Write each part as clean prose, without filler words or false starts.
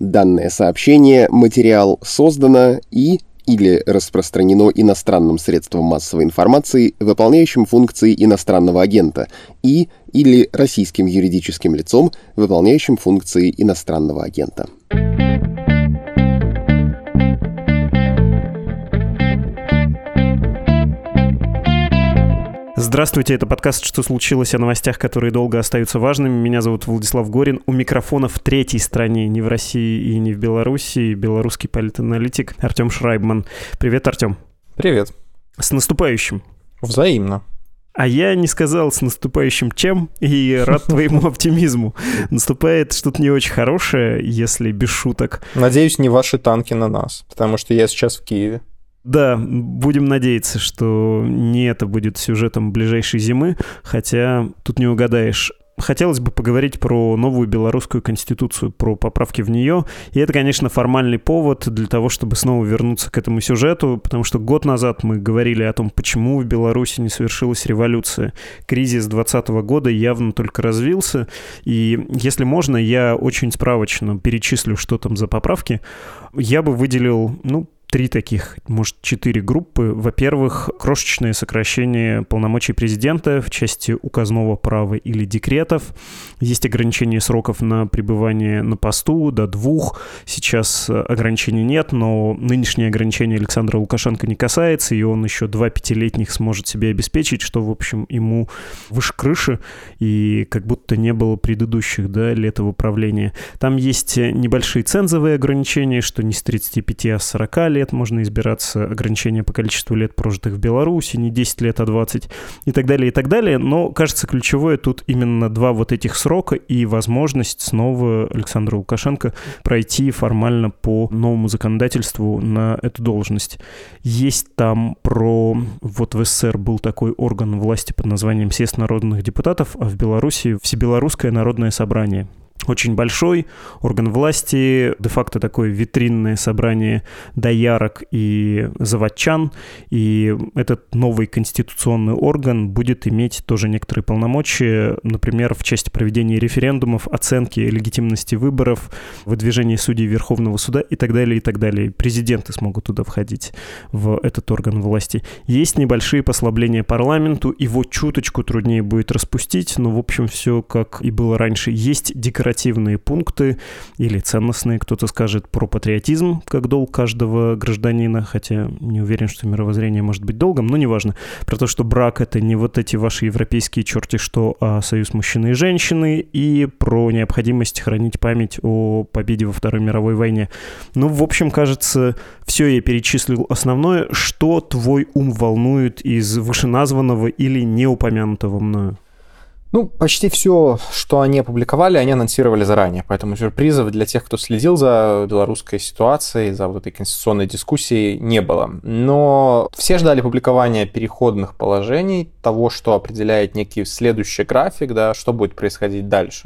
Данное сообщение, материал создано или распространено иностранным средством массовой информации, выполняющим функции иностранного агента, или российским юридическим лицом, выполняющим функции иностранного агента. Здравствуйте, это подкаст «Что случилось?» о новостях, которые долго остаются важными. Меня зовут Владислав Горин. У микрофона в третьей стране, не в России и не в Беларуси, белорусский политаналитик Артем Шрайбман. Привет, Артем. Привет. С наступающим. Взаимно. А я не сказал с наступающим чем, и рад твоему оптимизму. Наступает что-то не очень хорошее, если без шуток. Надеюсь, не ваши танки на нас, потому что я сейчас в Киеве. Да, будем надеяться, что не это будет сюжетом ближайшей зимы, хотя тут не угадаешь. Хотелось бы поговорить про новую белорусскую конституцию, про поправки в нее. И это, конечно, формальный повод для того, чтобы снова вернуться к этому сюжету, потому что год назад мы говорили о том, почему в Беларуси не совершилась революция. Кризис 2020 года явно только развился. И если можно, я очень справочно перечислю, что там за поправки. Я бы выделил, три таких, может, 4 группы. Во-первых, крошечное сокращение полномочий президента в части указного права или декретов. Есть ограничение сроков на пребывание на посту до 2. Сейчас ограничений нет, но нынешнее ограничение Александра Лукашенко не касается, и он еще 2 пятилетних сможет себе обеспечить, что, в общем, ему выше крыши, и как будто не было предыдущих, лет его правления. Там есть небольшие цензовые ограничения, что не с 35, а с 40 лет можно избираться, ограничения по количеству лет, прожитых в Беларуси, не 10 лет, а 20, и так далее, и так далее. Но, кажется, ключевое тут именно 2 вот этих срока и возможность снова Александру Лукашенко пройти формально по новому законодательству на эту должность. Есть там вот в СССР был такой орган власти под названием Съезд народных депутатов, а в Беларуси Всебелорусское народное собрание. Очень большой орган власти, де-факто такое витринное собрание доярок и заводчан, и этот новый конституционный орган будет иметь тоже некоторые полномочия, например, в части проведения референдумов, оценки легитимности выборов, выдвижения судей Верховного суда и так далее, и так далее. Президенты смогут туда входить, в этот орган власти. Есть небольшие послабления парламенту, его чуточку труднее будет распустить, но, в общем, все как и было раньше. Есть декоративные пункты или ценностные, кто-то скажет, про патриотизм, как долг каждого гражданина, хотя не уверен, что мировоззрение может быть долгом, но неважно. Про то, что брак — это не вот эти ваши европейские черти что, а союз мужчины и женщины, и про необходимость хранить память о победе во Второй мировой войне. В общем, кажется, все я перечислил основное. Что твой ум волнует из вышеназванного или неупомянутого мною? Почти все, что они опубликовали, они анонсировали заранее, поэтому сюрпризов для тех, кто следил за белорусской ситуацией, за вот этой конституционной дискуссией, не было. Но все ждали публикования переходных положений, того, что определяет некий следующий график, что будет происходить дальше.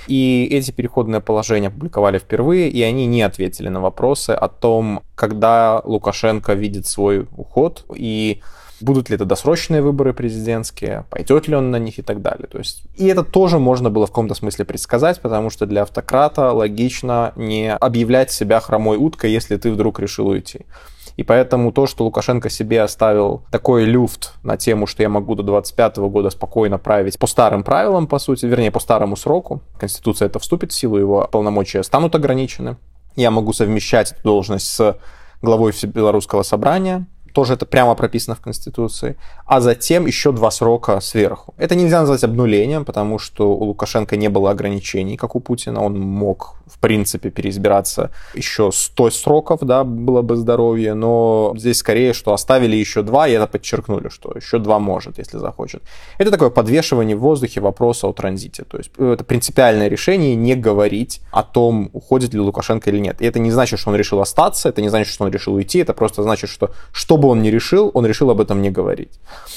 И эти переходные положения опубликовали впервые, и они не ответили на вопросы о том, когда Лукашенко видит свой уход, и будут ли это досрочные выборы президентские, пойдет ли он на них и так далее. И это тоже можно было в каком-то смысле предсказать, потому что для автократа логично не объявлять себя хромой уткой, если ты вдруг решил уйти. И поэтому то, что Лукашенко себе оставил такой люфт на тему, что я могу до 2025 года спокойно править по старым правилам, по сути, вернее, по старому сроку, Конституция это вступит в силу, его полномочия станут ограничены, я могу совмещать эту должность с главой Всебелорусского собрания, тоже это прямо прописано в Конституции, а затем еще 2 срока сверху. Это нельзя назвать обнулением, потому что у Лукашенко не было ограничений, как у Путина, он мог, в принципе, переизбираться еще 100 сроков, было бы здоровье, но здесь скорее, что оставили еще 2, и это подчеркнули, что еще 2 может, если захочет. Это такое подвешивание в воздухе вопроса о транзите, то есть это принципиальное решение не говорить о том, уходит ли Лукашенко или нет. И это не значит, что он решил остаться, это не значит, что он решил уйти, это просто значит, что бы он ни решил, он решил об этом не говорить.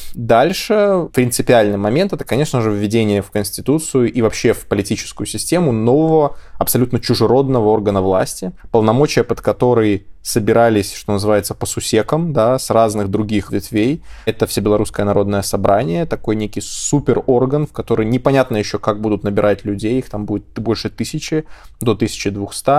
Дальше принципиальный момент — это, конечно же, введение в Конституцию и вообще в политическую систему нового, абсолютно чужеродного органа власти, полномочия под который собирались, что называется, по сусекам, да, с разных других ветвей. Это Всебелорусское народное собрание, такой некий суперорган, в который непонятно еще, как будут набирать людей, их там будет больше 1000, до 1200.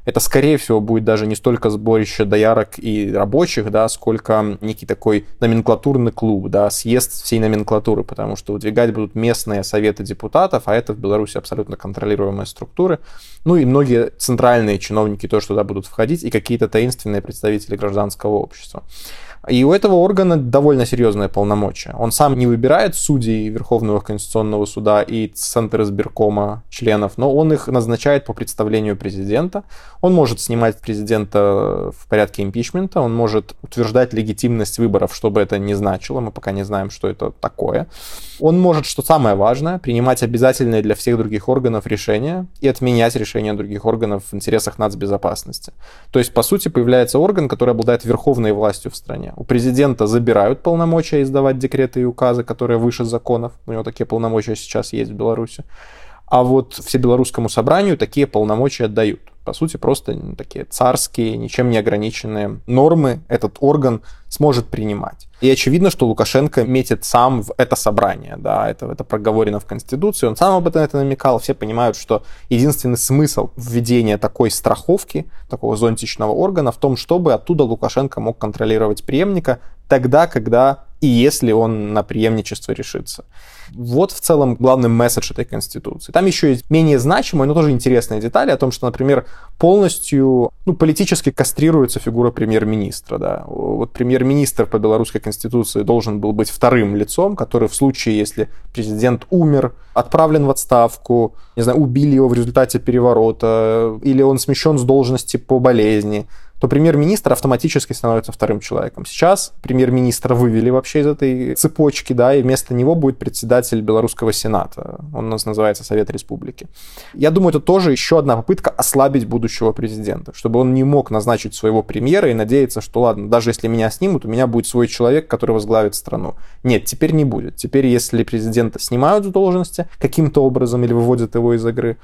это, скорее всего, будет даже не столько сборище доярок и рабочих, да, сколько некий такой номенклатурный клуб, да, съезд всей номенклатуры, потому что выдвигать будут местные советы депутатов, а это в Беларуси абсолютно контролируемые структуры. Ну и многие центральные чиновники тоже туда будут входить, и какие-то таинственные представители гражданского общества. И у этого органа довольно серьезные полномочия. Он сам не выбирает судей Верховного Конституционного суда и Центризбиркома членов, но он их назначает по представлению президента. Он может снимать президента в порядке импичмента, он может утверждать легитимность выборов, что бы это ни значило, мы пока не знаем, что это такое. Он может, что самое важное, принимать обязательные для всех других органов решения и отменять решения других органов в интересах нацбезопасности. То есть, по сути, появляется орган, который обладает верховной властью в стране. У президента забирают полномочия издавать декреты и указы, которые выше законов. У него такие полномочия сейчас есть в Беларуси. А вот Всебелорусскому собранию такие полномочия дают. По сути, просто такие царские, ничем не ограниченные нормы этот орган сможет принимать. И очевидно, что Лукашенко метит сам в это собрание. Да, это проговорено в Конституции, он сам об этом намекал. Все понимают, что единственный смысл введения такой страховки, такого зонтичного органа в том, чтобы оттуда Лукашенко мог контролировать преемника тогда, когда и если он на преемничество решится. Вот в целом главный месседж этой Конституции. Там еще есть менее значимые, но тоже интересные детали о том, что, например, полностью политически кастрируется фигура премьер-министра. Да. Вот премьер-министр по белорусской Конституции должен был быть вторым лицом, который в случае, если президент умер, отправлен в отставку, не знаю, убили его в результате переворота, или он смещен с должности по болезни, то премьер-министр автоматически становится вторым человеком. Сейчас премьер-министра вывели вообще из этой цепочки, да, и вместо него будет председатель Белорусского Сената. Он у нас называется Совет Республики. Я думаю, это тоже еще одна попытка ослабить будущего президента, чтобы он не мог назначить своего премьера и надеяться, что ладно, даже если меня снимут, у меня будет свой человек, который возглавит страну. Нет, теперь не будет. Теперь, если президента снимают с должности каким-то образом или выводят его из игры,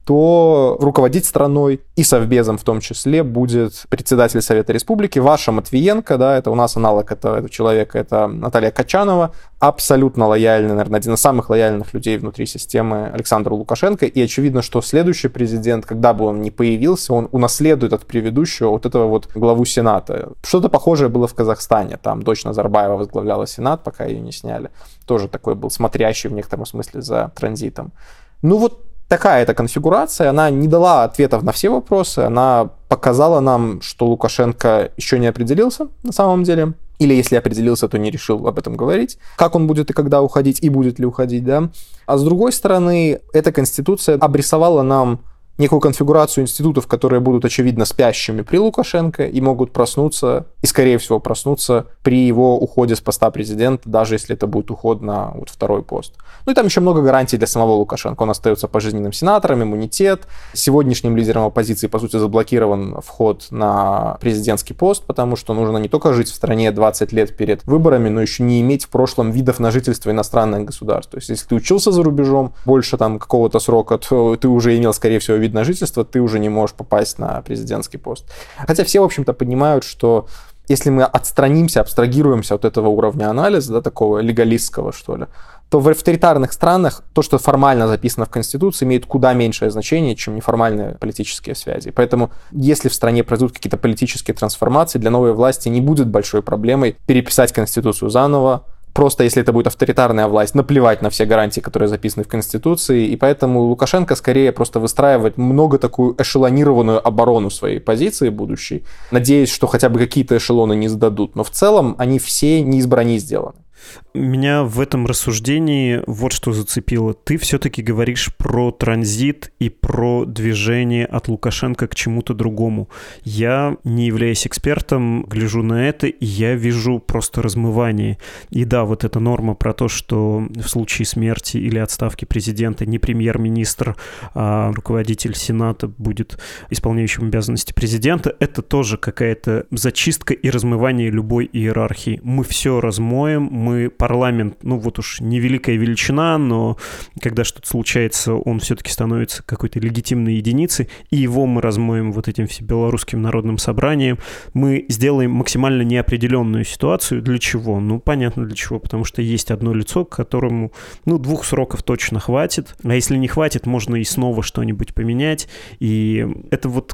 то руководить страной и совбезом в том числе будет председатель Совета Республики Ваша Матвиенко, да, это у нас аналог этого человека, это Наталья Качанова, абсолютно лояльный, наверное, один из самых лояльных людей внутри системы Александр Лукашенко, и очевидно, что следующий президент, когда бы он ни появился, он унаследует от предыдущего вот этого вот главу Сената. Что-то похожее было в Казахстане, там дочь Назарбаева возглавляла Сенат, пока ее не сняли, тоже такой был смотрящий в некотором смысле за транзитом. Ну вот такая эта конфигурация, она не дала ответов на все вопросы, она показала нам, что Лукашенко еще не определился на самом деле, или если определился, то не решил об этом говорить, как он будет и когда уходить, и будет ли уходить, да. А с другой стороны, эта конституция обрисовала нам некую конфигурацию институтов, которые будут, очевидно, спящими при Лукашенко и могут проснуться, и, скорее всего, проснуться при его уходе с поста президента, даже если это будет уход на вот второй пост. Ну и там еще много гарантий для самого Лукашенко. Он остается пожизненным сенатором, иммунитет. Сегодняшним лидером оппозиции, по сути, заблокирован вход на президентский пост, потому что нужно не только жить в стране 20 лет перед выборами, но еще не иметь в прошлом видов на жительство иностранных государств. То есть, если ты учился за рубежом больше там какого-то срока, то ты уже имел, скорее всего, вид на жительство, ты уже не можешь попасть на президентский пост. Хотя все, в общем-то, понимают, что если мы отстранимся, абстрагируемся от этого уровня анализа, да, такого легалистского, что ли, то в авторитарных странах то, что формально записано в Конституции, имеет куда меньшее значение, чем неформальные политические связи. Поэтому, если в стране произойдут какие-то политические трансформации, для новой власти не будет большой проблемой переписать Конституцию заново. Просто если это будет авторитарная власть, наплевать на все гарантии, которые записаны в Конституции. И поэтому Лукашенко скорее просто выстраивает много такую эшелонированную оборону своей позиции будущей, надеясь, что хотя бы какие-то эшелоны не сдадут. Но в целом они все не из брони сделаны. Меня в этом рассуждении вот что зацепило. Ты все-таки говоришь про транзит и про движение от Лукашенко к чему-то другому. Я, не являясь экспертом, гляжу на это, и я вижу просто размывание. И да, вот эта норма про то, что в случае смерти или отставки президента не премьер-министр, а руководитель Сената будет исполняющим обязанности президента, это тоже какая-то зачистка и размывание любой иерархии. Мы все размоем, мы парламент, ну вот уж невеликая величина, но когда что-то случается, он все-таки становится какой-то легитимной единицей, и его мы размоем вот этим Всебелорусским народным собранием. Мы сделаем максимально неопределенную ситуацию. Для чего? Ну, понятно для чего, потому что есть одно лицо, которому, 2 сроков точно хватит, а если не хватит, можно и снова что-нибудь поменять, и это вот как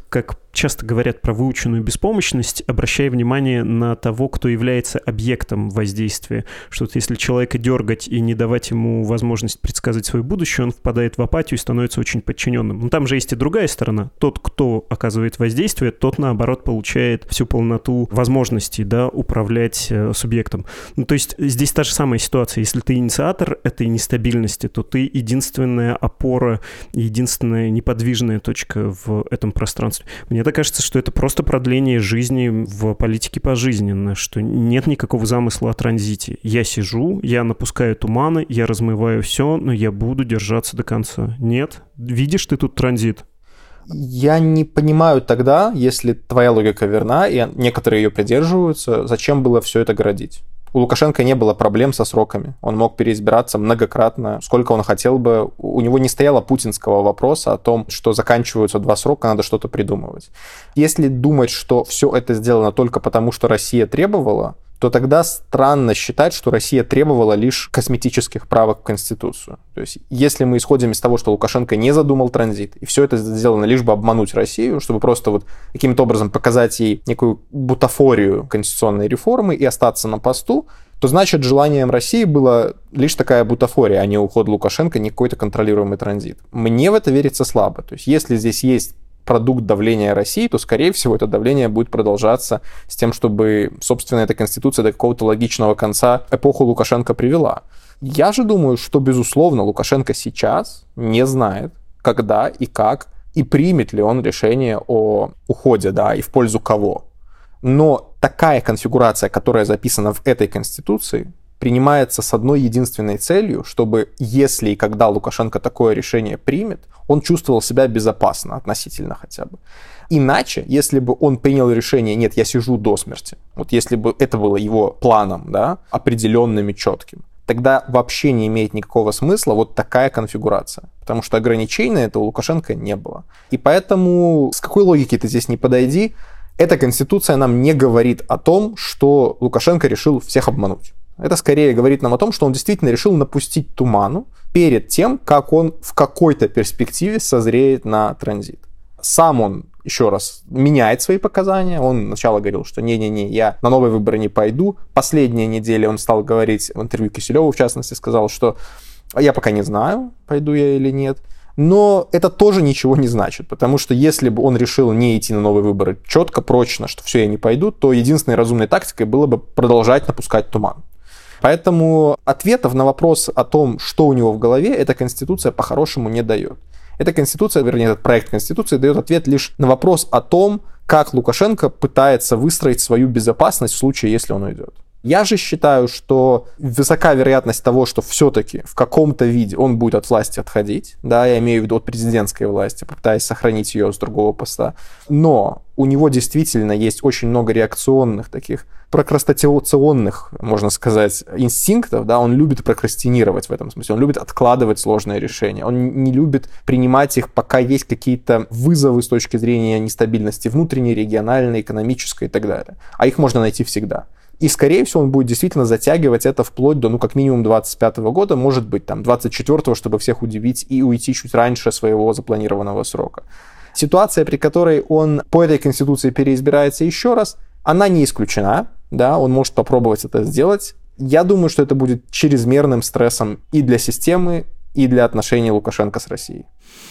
часто говорят про выученную беспомощность, обращая внимание на того, кто является объектом воздействия. Что вот если человека дергать и не давать ему возможность предсказать свое будущее, он впадает в апатию и становится очень подчиненным. Но там же есть и другая сторона. Тот, кто оказывает воздействие, тот, наоборот, получает всю полноту возможностей, да, управлять субъектом. Ну, то есть здесь та же самая ситуация. Если ты инициатор этой нестабильности, то ты единственная опора, единственная неподвижная точка в этом пространстве. Мне так кажется, что это просто продление жизни в политике пожизненно, что нет никакого замысла о транзите. Я сижу, я напускаю туманы, я размываю все, но я буду держаться до конца. Нет? Видишь ты тут транзит? Я не понимаю тогда, если твоя логика верна, и некоторые ее придерживаются, зачем было все это городить? У Лукашенко не было проблем со сроками. Он мог переизбираться многократно, сколько он хотел бы. У него не стояло путинского вопроса о том, что заканчиваются 2 срока, надо что-то придумывать. Если думать, что все это сделано только потому, что Россия требовала, то тогда странно считать, что Россия требовала лишь косметических правок в Конституцию. То есть, если мы исходим из того, что Лукашенко не задумал транзит, и все это сделано лишь бы обмануть Россию, чтобы просто вот каким-то образом показать ей некую бутафорию конституционной реформы и остаться на посту, то значит, желанием России была лишь такая бутафория, а не уход Лукашенко, не какой-то контролируемый транзит. Мне в это верится слабо. То есть, если здесь есть продукт давления России, то, скорее всего, это давление будет продолжаться с тем, чтобы, собственно, эта конституция до какого-то логичного конца эпоху Лукашенко привела. Я же думаю, что, безусловно, Лукашенко сейчас не знает, когда и как, и примет ли он решение о уходе, да, и в пользу кого. Но такая конфигурация, которая записана в этой конституции, принимается с одной единственной целью, чтобы, если и когда Лукашенко такое решение примет, он чувствовал себя безопасно, относительно хотя бы. Иначе, если бы он принял решение, нет, я сижу до смерти, вот если бы это было его планом, да, определенным и четким, тогда вообще не имеет никакого смысла вот такая конфигурация, потому что ограничений на это у Лукашенко не было. И поэтому, с какой логики ты здесь не подойди, эта конституция нам не говорит о том, что Лукашенко решил всех обмануть. Это скорее говорит нам о том, что он действительно решил напустить туману перед тем, как он в какой-то перспективе созреет на транзит. Сам он, еще раз, меняет свои показания. Он сначала говорил, что не-не-не, я на новые выборы не пойду. Последние недели он стал говорить, в интервью Киселеву, в частности, сказал, что я пока не знаю, пойду я или нет. Но это тоже ничего не значит, потому что если бы он решил не идти на новые выборы четко, прочно, что все, я не пойду, то единственной разумной тактикой было бы продолжать напускать туман. Поэтому ответов на вопрос о том, что у него в голове, эта конституция по-хорошему не дает. Эта конституция, вернее, этот проект конституции дает ответ лишь на вопрос о том, как Лукашенко пытается выстроить свою безопасность в случае, если он уйдет. Я же считаю, что высока вероятность того, что все-таки в каком-то виде он будет от власти отходить, да, я имею в виду от президентской власти, попытаясь сохранить ее с другого поста, но у него действительно есть очень много реакционных таких прокрастинационных, можно сказать, инстинктов, да, он любит прокрастинировать в этом смысле, он любит откладывать сложные решения, он не любит принимать их, пока есть какие-то вызовы с точки зрения нестабильности внутренней, региональной, экономической и так далее, а их можно найти всегда. И, скорее всего, он будет действительно затягивать это вплоть до, как минимум 25-го года, может быть, 24-го, чтобы всех удивить и уйти чуть раньше своего запланированного срока. Ситуация, при которой он по этой конституции переизбирается еще раз, она не исключена, да, он может попробовать это сделать. Я думаю, что это будет чрезмерным стрессом и для системы, и для отношений Лукашенко с Россией.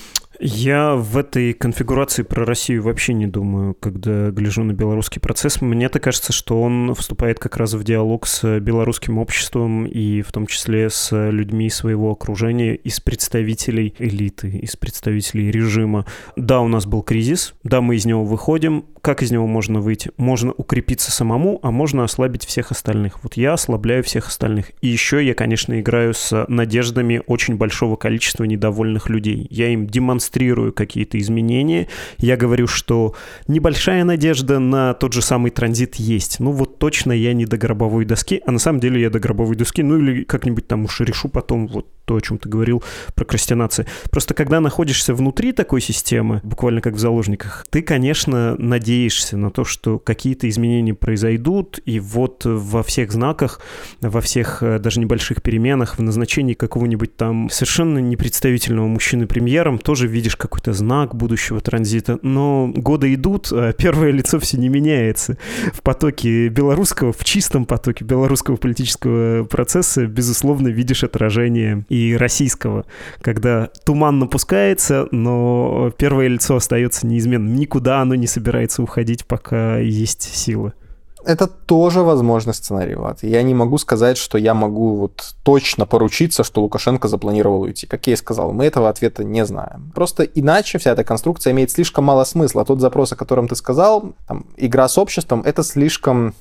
Я в этой конфигурации про Россию вообще не думаю, когда гляжу на белорусский процесс. Мне-то кажется, что он вступает как раз в диалог с белорусским обществом и в том числе с людьми своего окружения, из представителей элиты, из представителей режима. Да, у нас был кризис, да, мы из него выходим. Как из него можно выйти? Можно укрепиться самому, а можно ослабить всех остальных. Вот я ослабляю всех остальных. И еще я, конечно, играю с надеждами очень большого количества недовольных людей. Я им демонстрирую какие-то изменения. Я говорю, что небольшая надежда на тот же самый транзит есть. Ну вот точно я не до гробовой доски, а на самом деле я до гробовой доски, ну или как-нибудь там уж решу потом вот то, о чем ты говорил, прокрастинация. Просто когда находишься внутри такой системы, буквально как в заложниках, ты, конечно, надеешься на то, что какие-то изменения произойдут, и вот во всех знаках, во всех даже небольших переменах, в назначении какого-нибудь там совершенно непредставительного мужчины премьером тоже видишь какой-то знак будущего транзита. Но годы идут, а первое лицо все не меняется. В потоке белорусского, в чистом потоке белорусского политического процесса, безусловно, видишь отражение и российского, когда туман напускается, но первое лицо остается неизменным. Никуда оно не собирается уходить, пока есть силы. Это тоже возможный сценарий, Влад. Я не могу сказать, что я могу вот точно поручиться, что Лукашенко запланировал уйти. Как я и сказал, мы этого ответа не знаем. Просто иначе вся эта конструкция имеет слишком мало смысла. Тот запрос, о котором ты сказал, там, игра с обществом, это слишком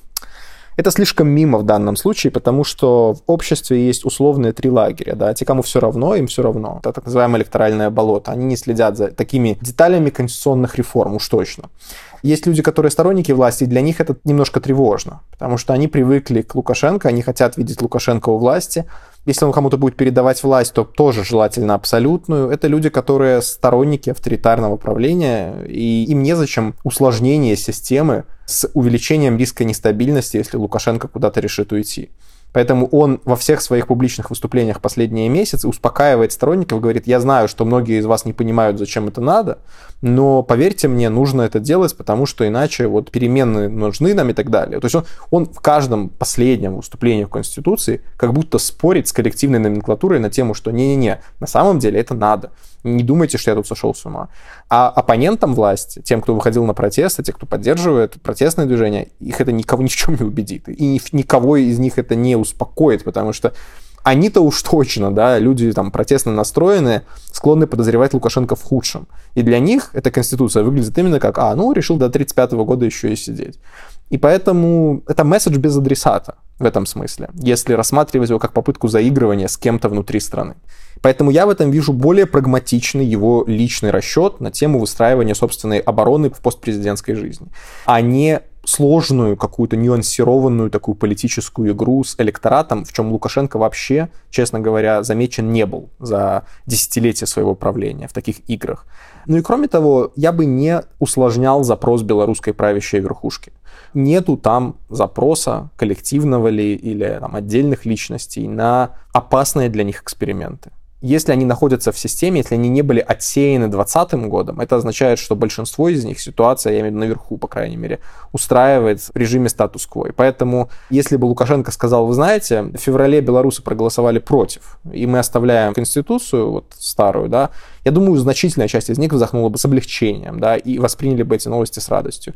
мимо в данном случае, потому что в обществе есть условные 3 лагеря. Да? Те, кому все равно, им все равно. Это так называемое электоральное болото. Они не следят за такими деталями конституционных реформ, уж точно. Есть люди, которые сторонники власти, и для них это немножко тревожно, потому что они привыкли к Лукашенко, они хотят видеть Лукашенко у власти. Если он кому-то будет передавать власть, то тоже желательно абсолютную. Это люди, которые сторонники авторитарного правления, и им незачем усложнение системы с увеличением риска нестабильности, если Лукашенко куда-то решит уйти. Поэтому он во всех своих публичных выступлениях последние месяцы успокаивает сторонников, говорит: я знаю, что многие из вас не понимают, зачем это надо, но поверьте мне, нужно это делать, потому что иначе вот перемены нужны нам и так далее. То есть он в каждом последнем выступлении в Конституции как будто спорит с коллективной номенклатурой на тему, что не-не-не, на самом деле это надо. Не думайте, что я тут сошел с ума. А оппонентам власти, тем, кто выходил на протесты, те, кто поддерживает протестное движение, их это никого ни в чем не убедит. И никого из них это не успокоит, потому что они-то уж точно, да, люди там протестно настроенные, склонны подозревать Лукашенко в худшем. И для них эта конституция выглядит именно как: решил до 1935 года еще и сидеть. И поэтому это месседж без адресата в этом смысле, если рассматривать его как попытку заигрывания с кем-то внутри страны. Поэтому я в этом вижу более прагматичный его личный расчет на тему выстраивания собственной обороны в постпрезидентской жизни, а не сложную, какую-то нюансированную такую политическую игру с электоратом, в чем Лукашенко вообще, честно говоря, замечен не был за десятилетия своего правления в таких играх. Ну и кроме того, я бы не усложнял запрос белорусской правящей верхушки. Нету там запроса коллективного ли или там отдельных личностей на опасные для них эксперименты. Если они находятся в системе, если они не были отсеяны 2020 годом, это означает, что большинство из них ситуация, я имею в виду наверху, по крайней мере, устраивает в режиме статус-кво. И поэтому, если бы Лукашенко сказал: вы знаете, в феврале белорусы проголосовали против, и мы оставляем Конституцию вот старую, да, я думаю, значительная часть из них вздохнула бы с облегчением, да, и восприняли бы эти новости с радостью.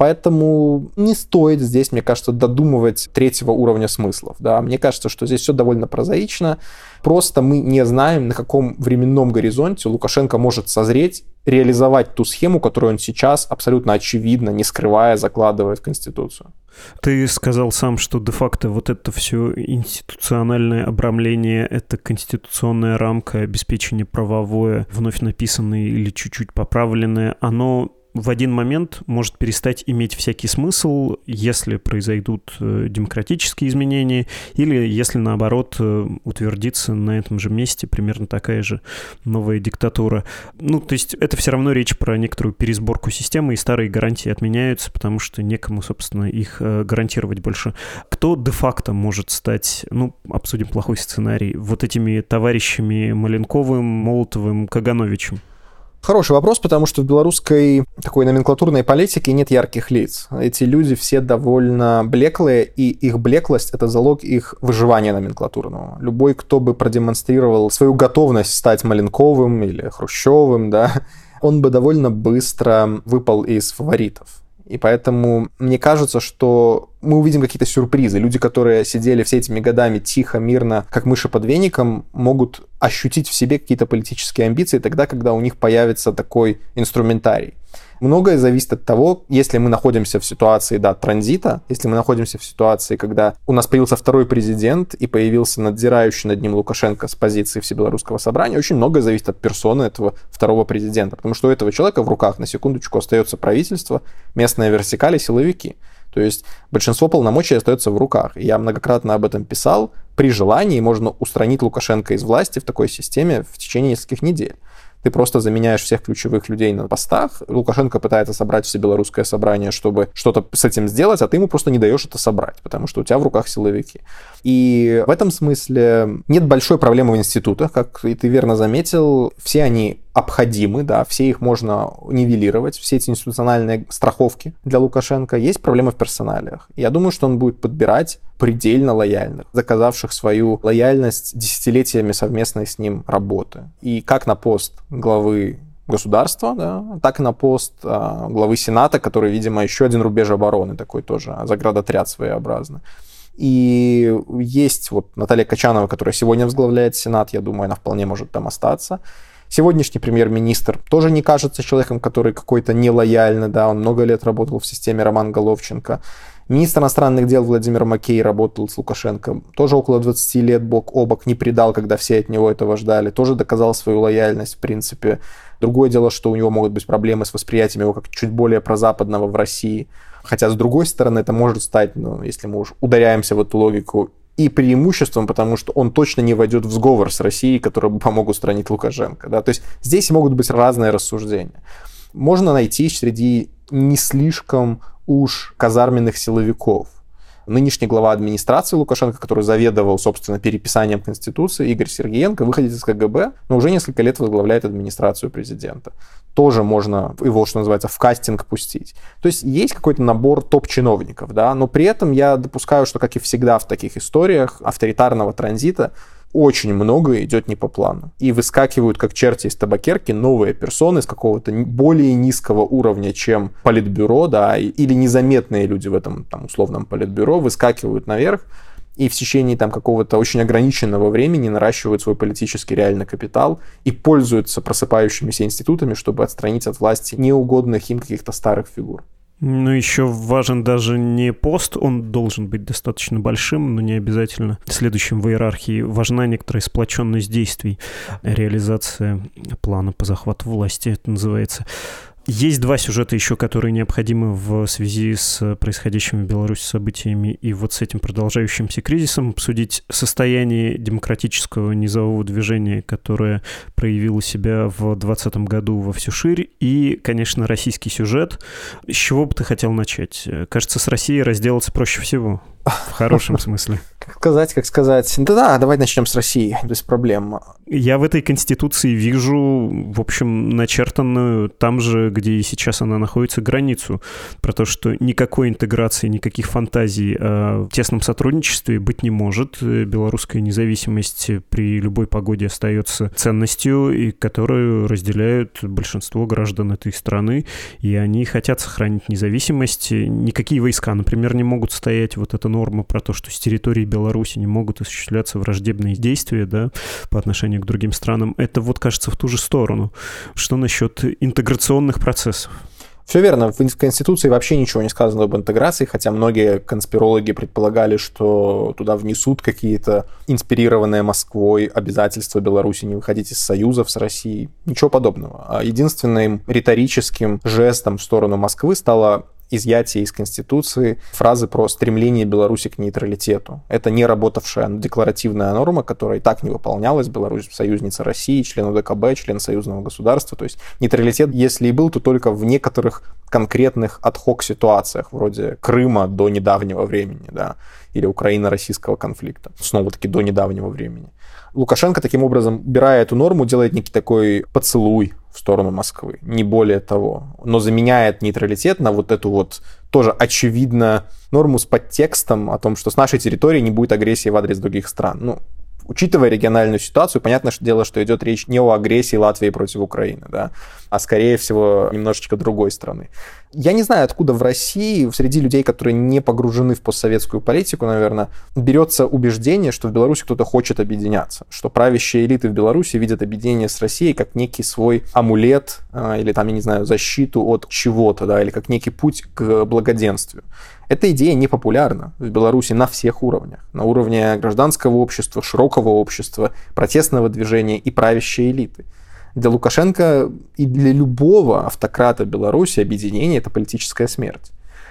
Поэтому не стоит здесь, мне кажется, додумывать 3-го уровня смыслов, да. Мне кажется, что здесь все довольно прозаично. Просто мы не знаем, на каком временном горизонте Лукашенко может созреть, реализовать ту схему, которую он сейчас абсолютно очевидно, не скрывая, закладывает в Конституцию. Ты сказал сам, что де-факто вот это все институциональное обрамление, это конституционная рамка, обеспечение правовое, вновь написанное или чуть-чуть поправленное, оно в один момент может перестать иметь всякий смысл, если произойдут демократические изменения или если, наоборот, утвердится на этом же месте примерно такая же новая диктатура. Ну, то есть это все равно речь про некоторую пересборку системы, и старые гарантии отменяются, потому что некому, собственно, их гарантировать больше. Кто де-факто может стать, обсудим плохой сценарий, вот этими товарищами Маленковым, Молотовым, Кагановичем? Хороший вопрос, потому что в белорусской такой номенклатурной политике нет ярких лиц. Эти люди все довольно блеклые, и их блеклость — это залог их выживания номенклатурного. Любой, кто бы продемонстрировал свою готовность стать Маленковым или Хрущевым, да, он бы довольно быстро выпал из фаворитов. И поэтому мне кажется, что мы увидим какие-то сюрпризы. Люди, которые сидели все этими годами тихо, мирно, как мыши под веником, могут ощутить в себе какие-то политические амбиции тогда, когда у них появится такой инструментарий. Многое зависит от того, если мы находимся в ситуации, транзита, если мы находимся в ситуации, когда у нас появился второй президент и появился надзирающий над ним Лукашенко с позиции Всебелорусского собрания, очень многое зависит от персоны этого второго президента, потому что у этого человека в руках, на секундочку, остается правительство, местная вертикаль и силовики. То есть большинство полномочий остается в руках. Я многократно об этом писал. При желании можно устранить Лукашенко из власти в такой системе в течение нескольких недель. Ты просто заменяешь всех ключевых людей на постах. Лукашенко пытается собрать всебелорусское собрание, чтобы что-то с этим сделать, а ты ему просто не даешь это собрать, потому что у тебя в руках силовики. И в этом смысле нет большой проблемы в институтах, как и ты верно заметил. Все они обходимы, да, все их можно нивелировать, все эти институциональные страховки для Лукашенко. Есть проблемы в персоналиях. Я думаю, что он будет подбирать предельно лояльных, доказавших свою лояльность десятилетиями совместной с ним работы. И как на пост главы государства, да, так и на пост главы Сената, который, видимо, еще один рубеж обороны, такой тоже заградотряд своеобразный. И есть вот Наталья Качанова, которая сегодня возглавляет Сенат, я думаю, она вполне может там остаться. Сегодняшний премьер-министр тоже не кажется человеком, который какой-то нелояльный, да, он много лет работал в системе, Роман Головченко. Министр иностранных дел Владимир Макей работал с Лукашенко, тоже около 20 лет бок о бок, не предал, когда все от него этого ждали, тоже доказал свою лояльность, в принципе. Другое дело, что у него могут быть проблемы с восприятием его как чуть более прозападного в России. Хотя, с другой стороны, это может стать, ну, если мы уж ударяемся в эту логику, и преимуществом, потому что он точно не войдет в сговор с Россией, который бы помог устранить Лукашенко. Да? То есть здесь могут быть разные рассуждения. Можно найти среди не слишком уж казарменных силовиков. Нынешний глава администрации Лукашенко, который заведовал, собственно, переписанием Конституции, Игорь Сергеенко, выходит из КГБ, но уже несколько лет возглавляет администрацию президента. Тоже можно его, что называется, в кастинг пустить. То есть есть какой-то набор топ-чиновников, да, но при этом я допускаю, что, как и всегда в таких историях авторитарного транзита, очень много идет не по плану. И выскакивают, как черти из табакерки, новые персоны с какого-то более низкого уровня, чем политбюро, да, или незаметные люди в этом там, условном политбюро выскакивают наверх и в течение там, какого-то очень ограниченного времени наращивают свой политический реальный капитал и пользуются просыпающимися институтами, чтобы отстранить от власти неугодных им каких-то старых фигур. Ну, еще важен даже не пост, он должен быть достаточно большим, но не обязательно следующим в иерархии. Важна некоторая сплоченность действий, реализация плана по захвату власти, это называется. Есть два сюжета еще, которые необходимы в связи с происходящими в Беларуси событиями и вот с этим продолжающимся кризисом. Обсудить состояние демократического низового движения, которое проявило себя в 2020 году во всю ширь, и, конечно, российский сюжет. С чего бы ты хотел начать? Кажется, с Россией разделаться проще всего. В хорошем смысле. Как сказать? Да, давай начнем с России, без проблем. Я в этой Конституции вижу, в общем, начертанную там же, где и сейчас она находится, границу. Про то, что никакой интеграции, никаких фантазий о тесном сотрудничестве быть не может. Белорусская независимость при любой погоде остается ценностью, и которую разделяют большинство граждан этой страны. И они хотят сохранить независимость. Никакие войска, например, не могут стоять. Вот эта норма про то, что с территории Беларуси не могут осуществляться враждебные действия, да, по отношению к другим странам. Это вот, кажется, в ту же сторону. Что насчет интеграционных процессов? Все верно. В Конституции вообще ничего не сказано об интеграции, хотя многие конспирологи предполагали, что туда внесут какие-то инспирированные Москвой обязательства Беларуси не выходить из союзов с Россией. Ничего подобного. Единственным риторическим жестом в сторону Москвы стало изъятие из Конституции фразы про стремление Беларуси к нейтралитету. Это не работавшая декларативная норма, которая и так не выполнялась. Беларусь союзница России, член УДКБ, член союзного государства. То есть нейтралитет, если и был, то только в некоторых конкретных ад-хок ситуациях, вроде Крыма до недавнего времени, да, или украино-российского конфликта. Снова-таки до недавнего времени. Лукашенко таким образом, убирая эту норму, делает некий такой поцелуй в сторону Москвы, не более того. Но заменяет нейтралитет на вот эту вот тоже очевидно норму с подтекстом о том, что с нашей территории не будет агрессии в адрес других стран. Ну, учитывая региональную ситуацию, понятное дело, что идет речь не о агрессии Латвии против Украины, да, а скорее всего немножечко другой страны. Я не знаю, откуда в России, среди людей, которые не погружены в постсоветскую политику, наверное, берется убеждение, что в Беларуси кто-то хочет объединяться, что правящие элиты в Беларуси видят объединение с Россией как некий свой амулет или там, я не знаю, защиту от чего-то, да, или как некий путь к благоденствию. Эта идея не популярна в Беларуси на всех уровнях. На уровне гражданского общества, широкого общества, протестного движения и правящей элиты. Для Лукашенко и для любого автократа Беларуси объединение – это политическая смерть.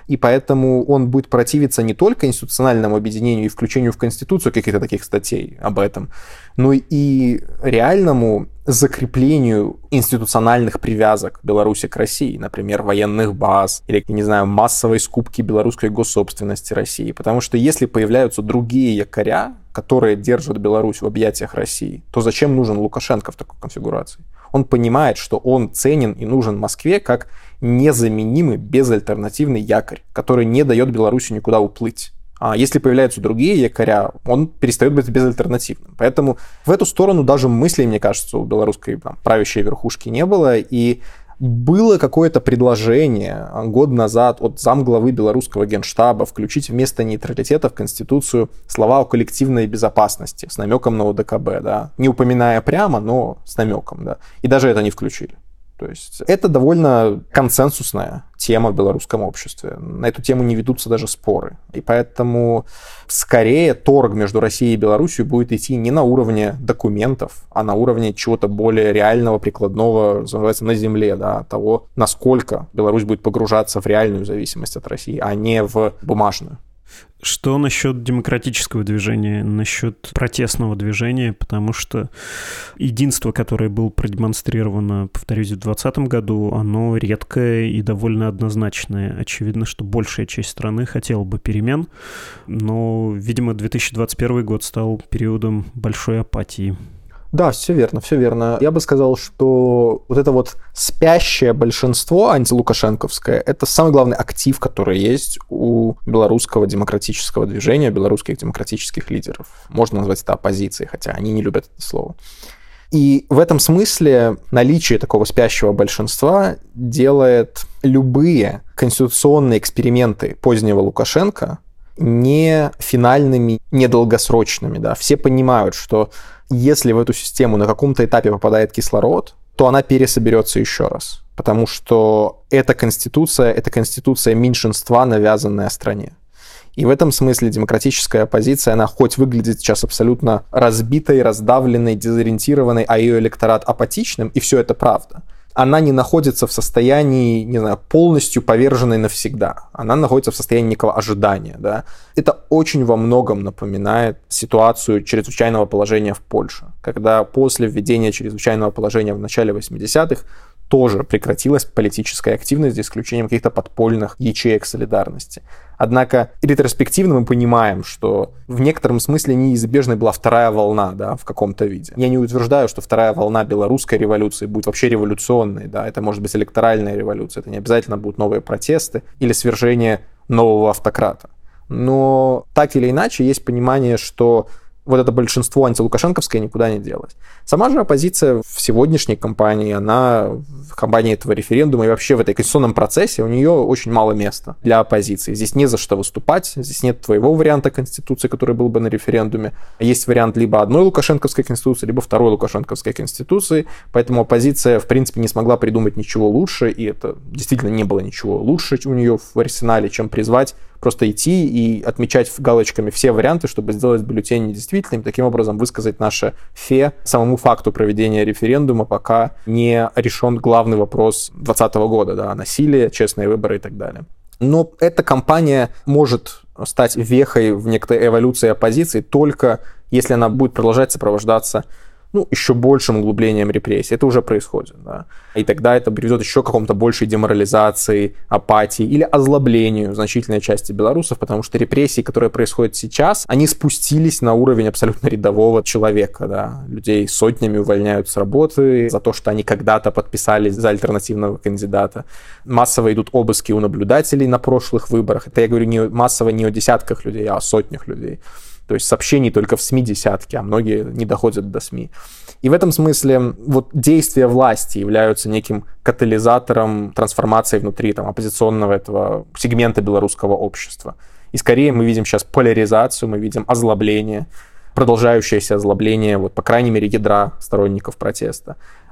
и поэтому он будет противиться не только институциональному объединению и включению в Конституцию каких-то таких статей об этом, но и реальному закреплению институциональных привязок Беларуси к России, например, военных баз или, не знаю, массовой скупки белорусской госсобственности России. Потому что если появляются другие якоря, которые держат Беларусь в объятиях России, то зачем нужен Лукашенко в такой конфигурации? Он понимает, что он ценен и нужен Москве как незаменимый, безальтернативный якорь, который не дает Беларуси никуда уплыть. А если появляются другие якоря, он перестает быть безальтернативным. Поэтому в эту сторону даже мыслей, мне кажется, у белорусской правящей верхушки не было. И было какое-то предложение год назад от замглавы белорусского генштаба включить вместо нейтралитета в Конституцию слова о коллективной безопасности с намеком на ОДКБ, да? Не упоминая прямо, но с намеком. Да? И даже это не включили. То есть это довольно консенсусная тема в белорусском обществе. На эту тему не ведутся даже споры. И поэтому скорее торг между Россией и Беларусью будет идти не на уровне документов, а на уровне чего-то более реального, прикладного, называется, на земле, да, того, насколько Беларусь будет погружаться в реальную зависимость от России, а не в бумажную. Что насчет демократического движения, насчет протестного движения? Потому что единство, которое было продемонстрировано, повторюсь, в 2020 году, оно редкое и довольно однозначное. Очевидно, что большая часть страны хотела бы перемен, но, видимо, 2021 год стал периодом большой апатии. Да, все верно, все верно. Я бы сказал, что вот это вот спящее большинство антилукашенковское — это самый главный актив, который есть у белорусского демократического движения, белорусских демократических лидеров. Можно назвать это оппозицией, хотя они не любят это слово. И в этом смысле наличие такого спящего большинства делает любые конституционные эксперименты позднего Лукашенко не финальными, не долгосрочными. Да. Все понимают, что если в эту систему на каком-то этапе попадает кислород, то она пересоберется еще раз. Потому что эта конституция меньшинства, навязанная стране. И в этом смысле демократическая оппозиция, она хоть выглядит сейчас абсолютно разбитой, раздавленной, дезориентированной, а ее электорат апатичным, и все это правда, она не находится в состоянии, не знаю, полностью поверженной навсегда. Она находится в состоянии некого ожидания. Да? Это очень во многом напоминает ситуацию чрезвычайного положения в Польше, когда после введения чрезвычайного положения в начале 80-х тоже прекратилась политическая активность, за исключением каких-то подпольных ячеек солидарности. Однако ретроспективно мы понимаем, что в некотором смысле неизбежной была вторая волна, да, в каком-то виде. Я не утверждаю, что вторая волна белорусской революции будет вообще революционной, да, это может быть электоральная революция, это не обязательно будут новые протесты или свержение нового автократа. Но так или иначе есть понимание, что вот это большинство антилукашенковское никуда не делось. Сама же оппозиция в сегодняшней кампании, она в кампании этого референдума и вообще в этой конституционном процессе, у нее очень мало места для оппозиции. Здесь не за что выступать, здесь нет твоего варианта конституции, который был бы на референдуме. Есть вариант либо одной лукашенковской конституции, либо второй лукашенковской конституции, поэтому оппозиция, в принципе, не смогла придумать ничего лучше, и это действительно не было ничего лучше у нее в арсенале, чем призвать просто идти и отмечать галочками все варианты, чтобы сделать бюллетень недействительным, таким образом высказать наше фе самому факту проведения референдума, пока не решен главный вопрос 2020 года, да, насилие, честные выборы и так далее. Но эта кампания может стать вехой в некоторой эволюции оппозиции только если она будет продолжать сопровождаться еще большим углублением репрессий. Это уже происходит. Да? И тогда это приведет еще к какому-то большей деморализации, апатии или озлоблению значительной части белорусов, потому что репрессии, которые происходят сейчас, они спустились на уровень абсолютно рядового человека. Да? Людей сотнями увольняют с работы за то, что они когда-то подписались за альтернативного кандидата. Массово идут обыски у наблюдателей на прошлых выборах. Это я говорю массово не о десятках людей, а о сотнях людей. То есть сообщений только в СМИ десятки, а многие не доходят до СМИ. И в этом смысле вот действия власти являются неким катализатором трансформации внутри оппозиционного этого сегмента белорусского общества. И скорее мы видим сейчас поляризацию, мы видим озлобление, продолжающееся озлобление, по крайней мере, ядра сторонников протеста.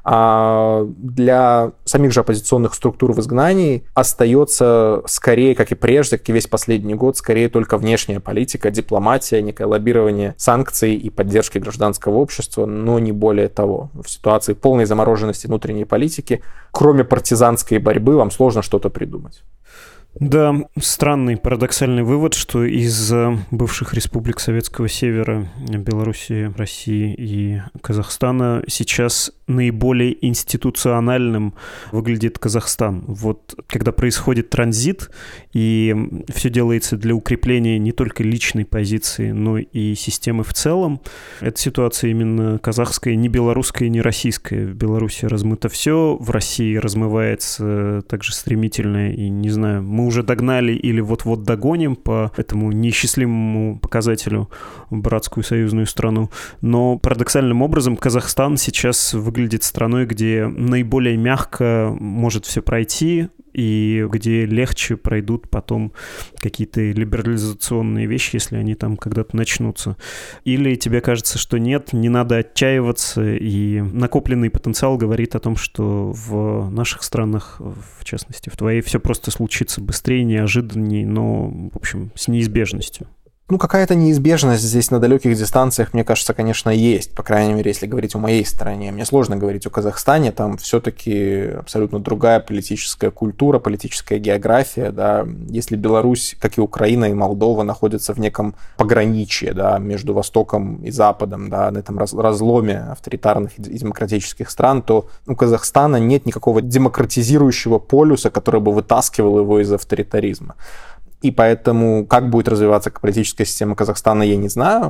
А для самих же оппозиционных структур в изгнании остается скорее, как и прежде, как и весь последний год, скорее только внешняя политика, дипломатия, некое лоббирование санкций и поддержки гражданского общества, но не более того. В ситуации полной замороженности внутренней политики, кроме партизанской борьбы, вам сложно что-то придумать. Да, странный, парадоксальный вывод, что из бывших республик Советского Севера, Белоруссии, России и Казахстана сейчас наиболее институциональным выглядит Казахстан. Вот когда происходит транзит, и все делается для укрепления не только личной позиции, но и системы в целом, эта ситуация именно казахская, не белорусская, не российская. В Беларуси размыто все, в России размывается также стремительно, и, не знаю, мы уже догнали или вот-вот догоним по этому неисчислимому показателю братскую союзную страну. Но парадоксальным образом Казахстан сейчас выглядит страной, где наиболее мягко может все пройти, и где легче пройдут потом какие-то либерализационные вещи, если они там когда-то начнутся. Или тебе кажется, что нет, не надо отчаиваться, и накопленный потенциал говорит о том, что в наших странах, в частности в твоей, все просто случится быстрее, неожиданнее, но, в общем, с неизбежностью. Какая-то неизбежность здесь на далеких дистанциях, мне кажется, конечно, есть. По крайней мере, если говорить о моей стране. Мне сложно говорить о Казахстане. Там все-таки абсолютно другая политическая культура, политическая география. Да. Если Беларусь, как и Украина и Молдова, находятся в неком пограничье, да, между Востоком и Западом, да, на этом разломе авторитарных и демократических стран, то у Казахстана нет никакого демократизирующего полюса, который бы вытаскивал его из авторитаризма. И поэтому, как будет развиваться политическая система Казахстана, я не знаю.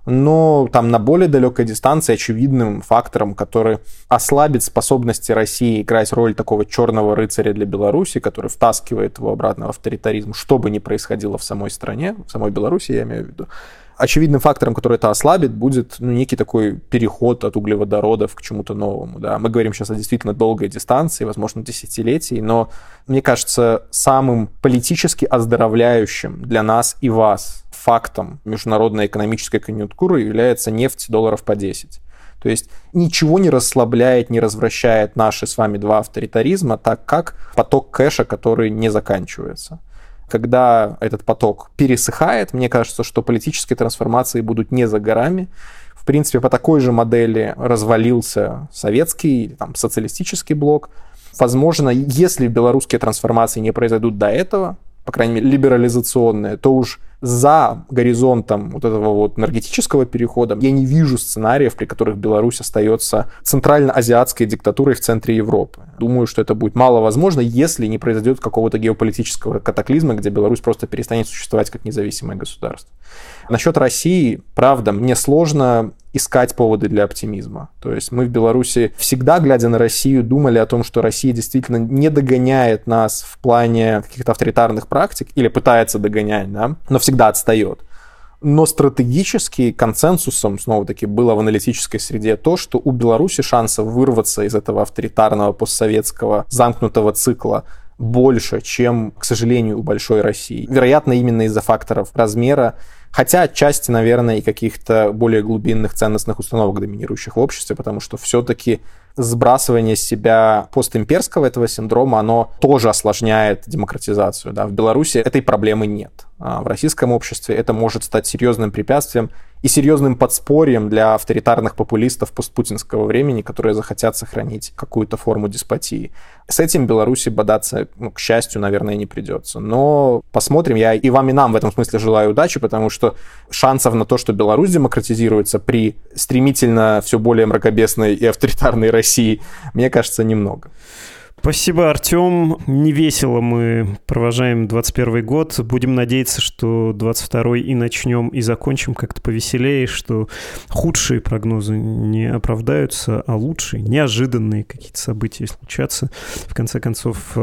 Но там на более далекой дистанции очевидным фактором, который ослабит способности России играть роль такого черного рыцаря для Беларуси, который втаскивает его обратно в авторитаризм, что бы ни происходило в самой стране, в самой Беларуси, я имею в виду. Очевидным фактором, который это ослабит, будет некий такой переход от углеводородов к чему-то новому. Да. Мы говорим сейчас о действительно долгой дистанции, возможно, десятилетий, но, мне кажется, самым политически оздоровляющим для нас и вас фактом международной экономической конъюнктуры является нефть $10 по 10. То есть ничего не расслабляет, не развращает наши с вами два авторитаризма, так как поток кэша, который не заканчивается. Когда этот поток пересыхает, мне кажется, что политические трансформации будут не за горами. В принципе, по такой же модели развалился советский или там, социалистический блок. Возможно, если белорусские трансформации не произойдут до этого, по крайней мере, либерализационные, то уж за горизонтом вот этого вот энергетического перехода я не вижу сценариев, при которых Беларусь остается центрально-азиатской диктатурой в центре Европы. Думаю, что это будет маловозможно, если не произойдет какого-то геополитического катаклизма, где Беларусь просто перестанет существовать как независимое государство. Насчет России, правда, мне сложно искать поводы для оптимизма. То есть мы в Беларуси всегда, глядя на Россию, думали о том, что Россия действительно не догоняет нас в плане каких-то авторитарных практик или пытается догонять, да, но всегда отстает. Но стратегически консенсусом, снова-таки, было в аналитической среде то, что у Беларуси шансов вырваться из этого авторитарного постсоветского замкнутого цикла больше, чем, к сожалению, у большой России. Вероятно, именно из-за факторов размера, хотя отчасти, наверное, и каких-то более глубинных ценностных установок, доминирующих в обществе, потому что все-таки сбрасывание с себя постимперского этого синдрома, оно тоже осложняет демократизацию. Да? В Беларуси этой проблемы нет. А в российском обществе это может стать серьезным препятствием и серьезным подспорьем для авторитарных популистов постпутинского времени, которые захотят сохранить какую-то форму деспотии. С этим Беларуси бодаться, к счастью, наверное, не придется. Но посмотрим. Я и вам, и нам в этом смысле желаю удачи, потому что шансов на то, что Беларусь демократизируется при стремительно все более мракобесной и авторитарной России, мне кажется, немного. Спасибо, Артем. Невесело мы провожаем 21 год. Будем надеяться, что 22 и начнем, и закончим как-то повеселее, что худшие прогнозы не оправдаются, а лучшие, неожиданные какие-то события случатся. В конце концов,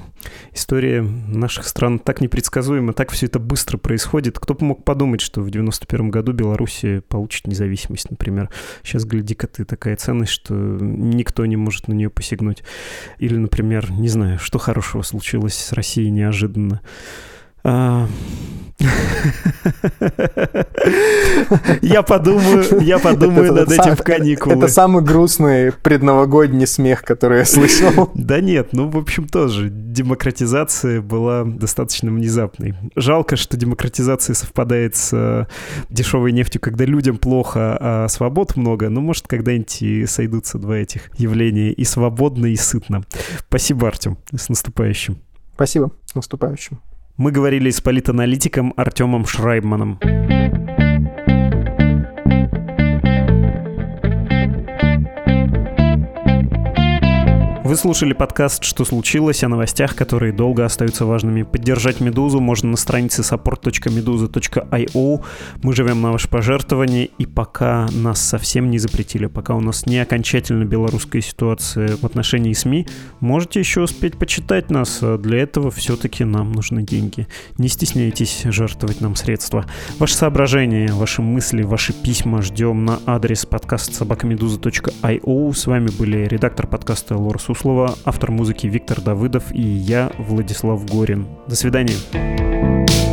история наших стран так непредсказуема, так все это быстро происходит. Кто бы мог подумать, что в 91 году Белоруссия получит независимость, например. Сейчас, гляди-ка ты, такая ценность, что никто не может на нее посягнуть. Или, например, не знаю, что хорошего случилось с Россией неожиданно. Я подумаю над этим в каникулы. Это самый грустный предновогодний смех, который я слышал. Да нет, в общем, тоже. Демократизация была достаточно внезапной. Жалко, что демократизация совпадает с дешевой нефтью, когда людям плохо, а свобод много. Но, может, когда-нибудь и сойдутся два этих явления. И свободно, и сытно. Спасибо, Артем. С наступающим. Спасибо. С наступающим. Мы говорили с политаналитиком Артемом Шрайбманом. Вы слушали подкаст «Что случилось?» о новостях, которые долго остаются важными. Поддержать «Медузу» можно на странице support.meduza.io. Мы живем на ваше пожертвование, и пока нас совсем не запретили, пока у нас не окончательно белорусская ситуация в отношении СМИ, можете еще успеть почитать нас. Для этого все-таки нам нужны деньги. Не стесняйтесь жертвовать нам средства. Ваши соображения, ваши мысли, ваши письма ждем на адрес podcast@meduza.io. С вами были редактор подкаста Лора Суслова, автор музыки Виктор Давыдов и я, Владислав Горин. До свидания.